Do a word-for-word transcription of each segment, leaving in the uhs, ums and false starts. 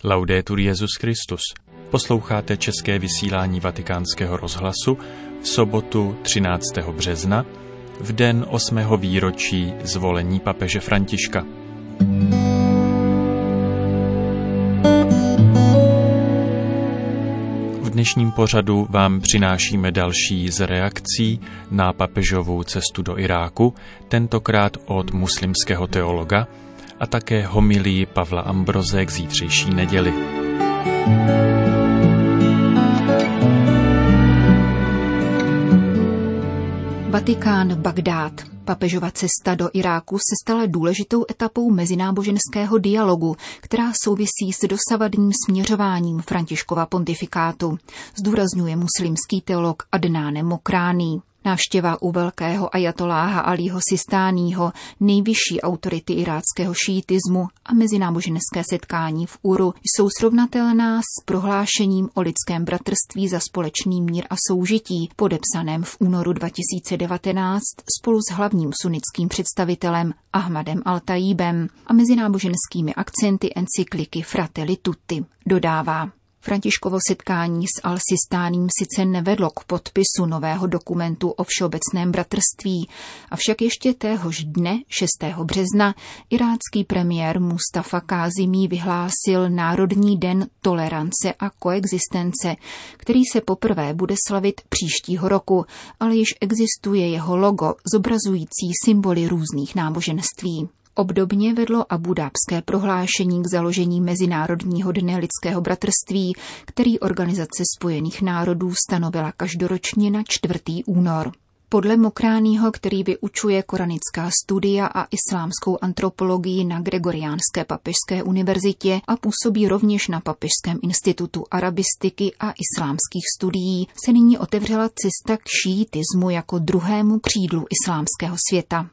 Laudetur Jesus Christus. Posloucháte české vysílání Vatikánského rozhlasu v sobotu třináctého března, v den osmého výročí zvolení papeže Františka. V dnešním pořadu vám přinášíme další z reakcí na papežovu cestu do Iráku, tentokrát od muslimského teologa, a také homilii Pavla Ambroze k zítřejší neděli. Vatikán, Bagdád. Papežova cesta do Iráku se stala důležitou etapou mezináboženského dialogu, která souvisí s dosavadním směřováním Františkova pontifikátu, zdůrazňuje muslimský teolog Adnan Mokrani. Návštěva u velkého ajatoláha Alího Sistáního, nejvyšší autority iráckého šíitismu, a mezináboženské setkání v Uru jsou srovnatelná s prohlášením o lidském bratrství za společný mír a soužití, podepsaném v únoru dva tisíce devatenáct spolu s hlavním sunnitským představitelem Ahmadem al-Tayyibem a mezináboženskými akcenty encykliky Fratelli Tutti, dodává. Františkovo setkání s Al-Sistáním sice nevedlo k podpisu nového dokumentu o všeobecném bratrství, avšak ještě téhož dne, šestého března, irácký premiér Mustafa Kázimí vyhlásil Národní den tolerance a koexistence, který se poprvé bude slavit příštího roku, ale již existuje jeho logo zobrazující symboly různých náboženství. Obdobně vedlo Abudábské prohlášení k založení Mezinárodního dne lidského bratrství, který Organizace spojených národů stanovila každoročně na čtvrtý únor. Podle Mokraniho, který vyučuje koranická studia a islámskou antropologii na Gregoriánské papežské univerzitě a působí rovněž na Papežském institutu arabistiky a islámských studií, se nyní otevřela cesta k šíitismu jako druhému křídlu islámského světa.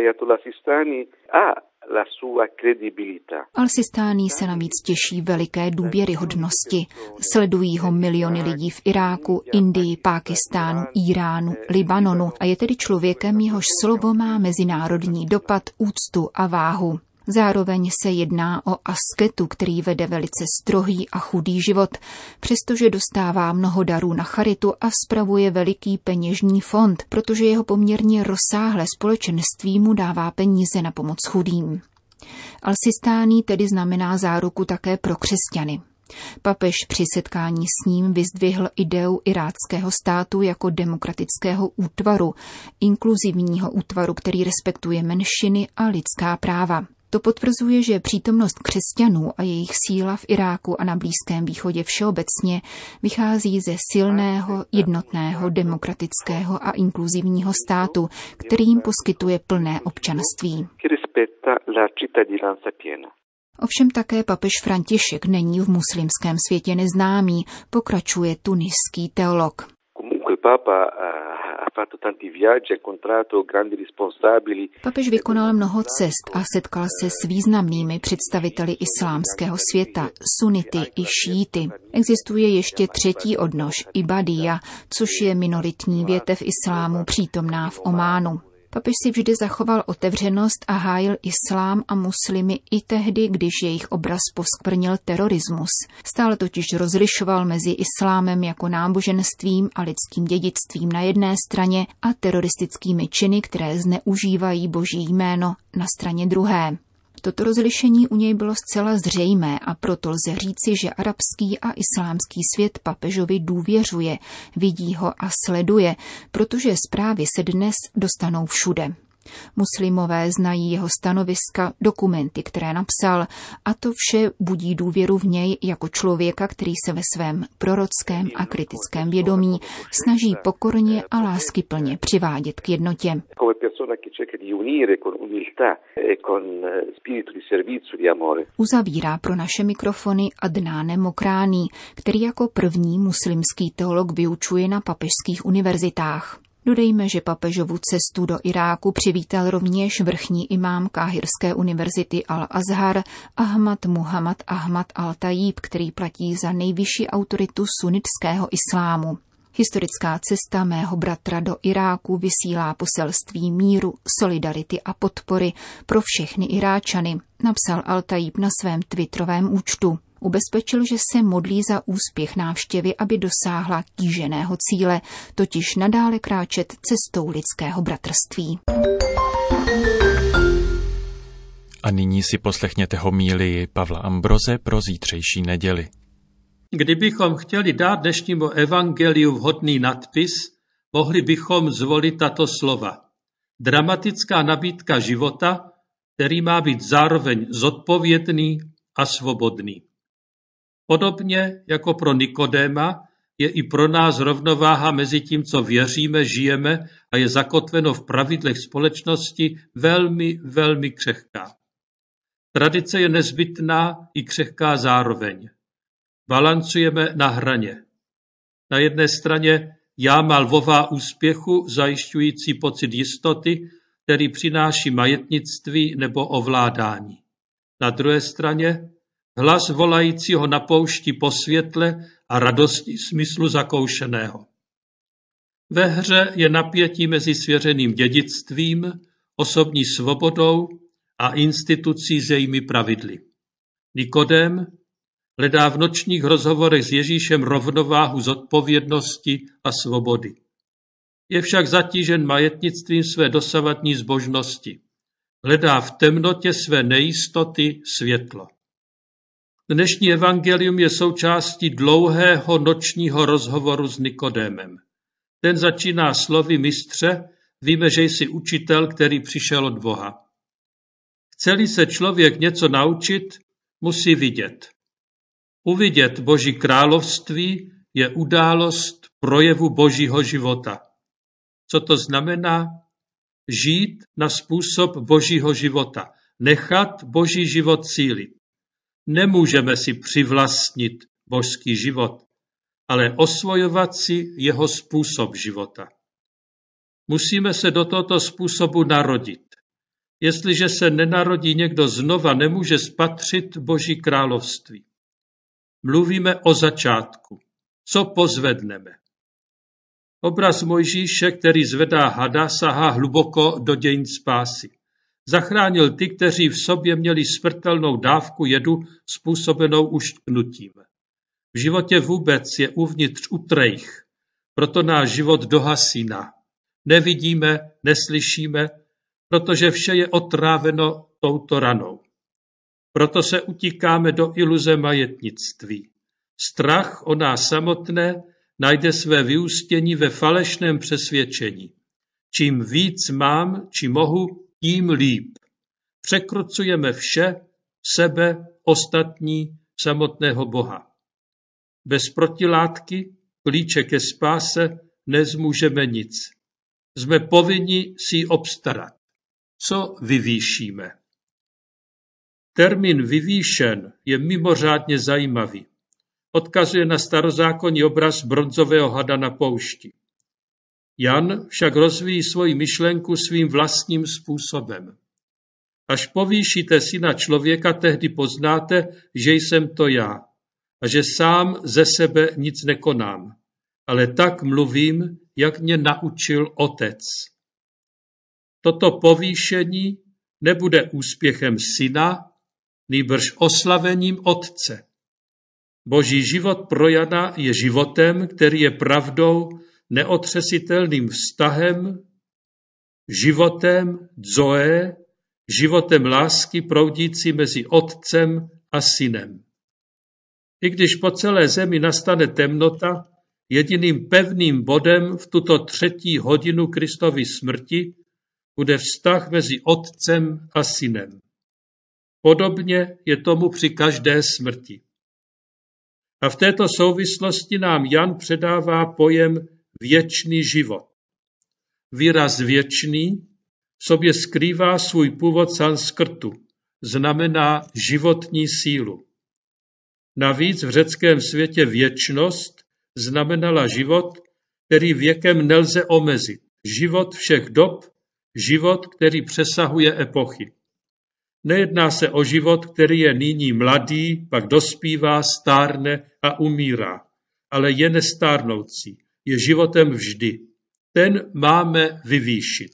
Al-Sistáni se navíc těší veliké důvěryhodnosti. Sledují ho miliony lidí v Iráku, Indii, Pákistánu, Íránu, Libanonu a je tedy člověkem, jehož slovo má mezinárodní dopad, úctu a váhu. Zároveň se jedná o asketu, který vede velice strohý a chudý život, přestože dostává mnoho darů na charitu a spravuje veliký peněžní fond, protože jeho poměrně rozsáhlé společenství mu dává peníze na pomoc chudým. Al-Sistáni tedy znamená záruku také pro křesťany. Papež při setkání s ním vyzdvihl ideu iráckého státu jako demokratického útvaru, inkluzivního útvaru, který respektuje menšiny a lidská práva. To potvrzuje, že přítomnost křesťanů a jejich síla v Iráku a na Blízkém východě všeobecně vychází ze silného, jednotného, demokratického a inkluzivního státu, který jim poskytuje plné občanství. Ovšem také papež František není v muslimském světě neznámý, pokračuje tuniský teolog. Papež vykonal mnoho cest a setkal se s významnými představiteli islámského světa, sunity i šíity. Existuje ještě třetí odnož, Ibadija, což je minoritní větev islámu přítomná v Ománu. Papež si vždy zachoval otevřenost a hájil islám a muslimy i tehdy, když jejich obraz poskvrnil terorismus. Stále totiž rozlišoval mezi islámem jako náboženstvím a lidským dědictvím na jedné straně a teroristickými činy, které zneužívají boží jméno, na straně druhé. Toto rozlišení u něj bylo zcela zřejmé a proto lze říci, že arabský a islámský svět papežovi důvěřuje, vidí ho a sleduje, protože zprávy se dnes dostanou všude. Muslimové znají jeho stanoviska, dokumenty, které napsal, a to vše budí důvěru v něj jako člověka, který se ve svém prorockém a kritickém vědomí snaží pokorně a láskyplně přivádět k jednotě. Uzavírá pro naše mikrofony Adnan Mokrani, který jako první muslimský teolog vyučuje na papežských univerzitách. Dodejme, že papežovu cestu do Iráku přivítal rovněž vrchní imám Káhirské univerzity Al-Azhar Ahmad Muhammad Ahmad al-Tayyib, který platí za nejvyšší autoritu sunnitského islámu. Historická cesta mého bratra do Iráku vysílá poselství míru, solidarity a podpory pro všechny Iráčany, napsal al-Tayyib na svém twitterovém účtu. Ubezpečil, že se modlí za úspěch návštěvy, aby dosáhla kýženého cíle, totiž nadále kráčet cestou lidského bratrství. A nyní si poslechněte homílii Pavla Ambroze pro zítřejší neděli. Kdybychom chtěli dát dnešnímu evangeliu vhodný nadpis, mohli bychom zvolit tato slova. Dramatická nabídka života, který má být zároveň zodpovědný a svobodný. Podobně jako pro Nikodéma je i pro nás rovnováha mezi tím, co věříme, žijeme a je zakotveno v pravidlech společnosti, velmi, velmi křehká. Tradice je nezbytná i křehká zároveň. Balancujeme na hraně. Na jedné straně jáma lvová úspěchu, zajišťující pocit jistoty, který přináší majetnictví nebo ovládání. Na druhé straně hlas volajícího na poušti po světle a radosti smyslu zakoušeného. Ve hře je napětí mezi svěřeným dědictvím, osobní svobodou a institucí s jejími pravidly. Nikodém hledá v nočních rozhovorech s Ježíšem rovnováhu zodpovědnosti a svobody. Je však zatížen majetnictvím své dosavadní zbožnosti. Hledá v temnotě své nejistoty světlo. Dnešní evangelium je součástí dlouhého nočního rozhovoru s Nikodémem. Ten začíná slovy mistře, víme, že jsi učitel, který přišel od Boha. Chce-li se člověk něco naučit, musí vidět. Uvidět Boží království je událost projevu Božího života. Co to znamená? Žít na způsob Božího života. Nechat Boží život cílit. Nemůžeme si přivlastnit božský život, ale osvojovat si jeho způsob života. Musíme se do tohoto způsobu narodit. Jestliže se nenarodí někdo znova, nemůže spatřit Boží království. Mluvíme o začátku. Co pozvedneme? Obraz Mojžíše, který zvedá hada, sahá hluboko do dějin spásy. Zachránil ty, kteří v sobě měli smrtelnou dávku jedu způsobenou uštknutím. V životě vůbec je uvnitř utrejch, proto náš život dohasíná. Nevidíme, neslyšíme, protože vše je otráveno touto ranou. Proto se utíkáme do iluze majetnictví. Strach o nás samotné najde své vyústění ve falešném přesvědčení. Čím víc mám, či mohu, tím líp. Překrucujeme vše, sebe, ostatní, samotného Boha. Bez protilátky, klíče ke spáse, nezmůžeme nic. Jsme povinni si ji obstarat. Co vyvýšíme? Termín vyvýšen je mimořádně zajímavý. Odkazuje na starozákonní obraz bronzového hada na poušti. Jan však rozvíjí svoji myšlenku svým vlastním způsobem. Až povýšíte syna člověka, tehdy poznáte, že jsem to já a že sám ze sebe nic nekonám, ale tak mluvím, jak mě naučil otec. Toto povýšení nebude úspěchem syna, nýbrž oslavením otce. Boží život pro Jana je životem, který je pravdou, neotřesitelným vztahem, životem zoe, životem lásky proudící mezi otcem a synem. I když po celé zemi nastane temnota, jediným pevným bodem v tuto třetí hodinu Kristovy smrti bude vztah mezi otcem a synem. Podobně je tomu při každé smrti. A v této souvislosti nám Jan předává pojem věčný život. Výraz věčný v sobě skrývá svůj původ sanskrtu, znamená životní sílu. Navíc v řeckém světě věčnost znamenala život, který věkem nelze omezit. Život všech dob, život, který přesahuje epochy. Nejedná se o život, který je nyní mladý, pak dospívá, stárne a umírá, ale je nestárnoucí, je životem vždy. Ten máme vyvýšit.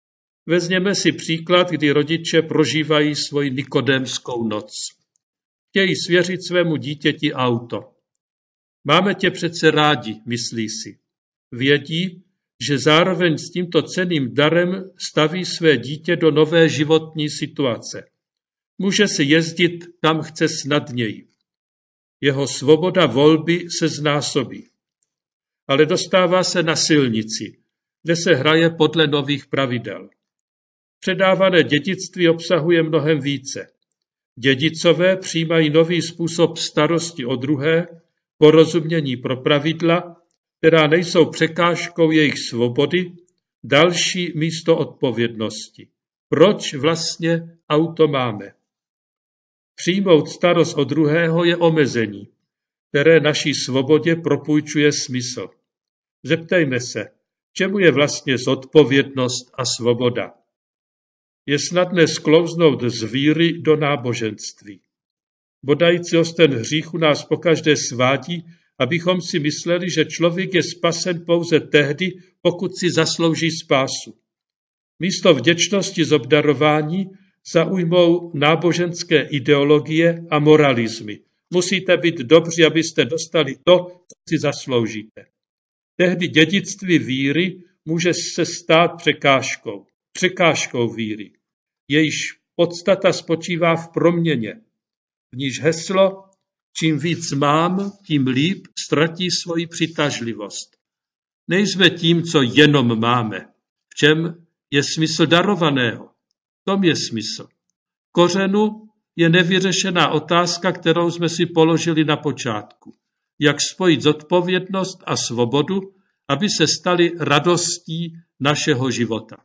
Vezměme si příklad, kdy rodiče prožívají svoji nikodémskou noc. chtějí svěřit svému dítěti auto. Máme tě přece rádi, myslí si. Vědí, že zároveň s tímto cenným darem staví své dítě do nové životní situace. Může si jezdit, kam chce snadněji. Jeho svoboda volby se znásobí. Ale dostává se na silnici, kde se hraje podle nových pravidel. Předávané dědictví obsahuje mnohem více. Dědicové přijímají nový způsob starosti o druhé, porozumění pro pravidla, která nejsou překážkou jejich svobody, další místo odpovědnosti. Proč vlastně auto máme? Přijmout starost o druhého je omezení, které naší svobodě propůjčuje smysl. Zeptejme se, čemu je vlastně zodpovědnost a svoboda? Je snadné sklouznout z víry do náboženství. Bodající osten hříchu nás pokaždé svádí, abychom si mysleli, že člověk je spasen pouze tehdy, pokud si zaslouží spásu. Místo vděčnosti z obdarování zaujmou náboženské ideologie a moralismy. Musíte být dobří, abyste dostali to, co si zasloužíte. Tehdy dědictví víry může se stát překážkou. Překážkou víry. Jejíž podstata spočívá v proměně. V níž heslo čím víc mám, tím líp ztratí svoji přitažlivost. Nejsme tím, co jenom máme. V čem je smysl darovaného? V tom je smysl. V kořenu je nevyřešená otázka, kterou jsme si položili na počátku. Jak spojit zodpovědnost a svobodu, aby se staly radostí našeho života.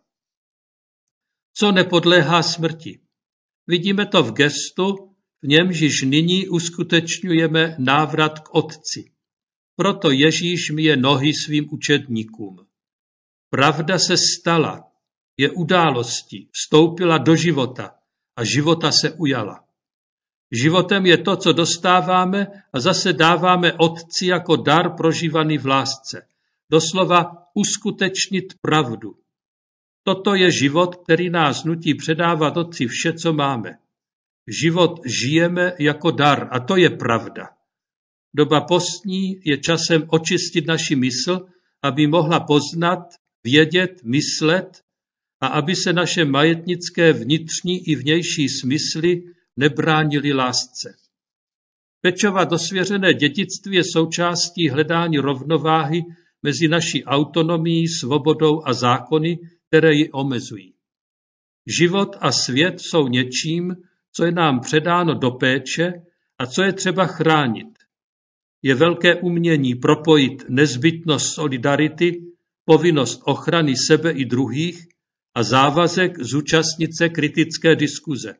Co nepodléhá smrti? Vidíme to v gestu, v němž již nyní uskutečňujeme návrat k Otci. Proto Ježíš myje nohy svým učedníkům. Pravda se stala, je událostí, vstoupila do života a života se ujala. Životem je to, co dostáváme a zase dáváme Otci jako dar prožívaný v lásce. Doslova uskutečnit pravdu. Toto je život, který nás nutí předávat Otci vše, co máme. Život žijeme jako dar a to je pravda. Doba postní je časem očistit naši mysl, aby mohla poznat, vědět, myslet a aby se naše majetnické vnitřní i vnější smysly nebránily lásce. Pečovat o svěřené dědictví je součástí hledání rovnováhy mezi naší autonomií, svobodou a zákony, které ji omezují. Život a svět jsou něčím, co je nám předáno do péče a co je třeba chránit. Je velké umění propojit nezbytnost solidarity, povinnost ochrany sebe i druhých a závazek zúčastnit se kritické diskuze.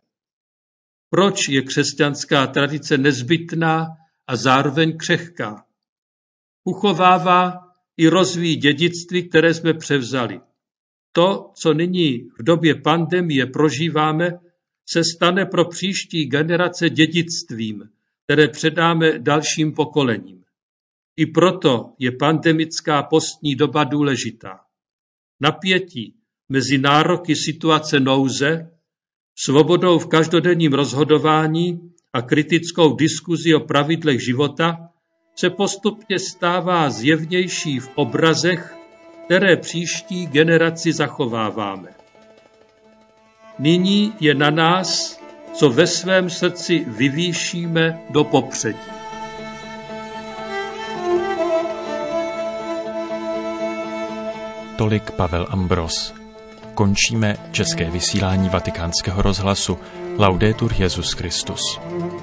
Proč je křesťanská tradice nezbytná a zároveň křehká? Uchovává i rozvíjí dědictví, které jsme převzali. To, co nyní v době pandemie prožíváme, se stane pro příští generace dědictvím, které předáme dalším pokolením. I proto je pandemická postní doba důležitá. Napětí mezi nároky situace nouze, svobodou v každodenním rozhodování a kritickou diskuzi o pravidlech života se postupně stává zjevnější v obrazech, které příští generaci zachováváme. Nyní je na nás, co ve svém srdci vyvýšíme do popředí. Tolik Pavel Ambros. Končíme české vysílání Vatikánského rozhlasu. Laudetur Jesus Christus.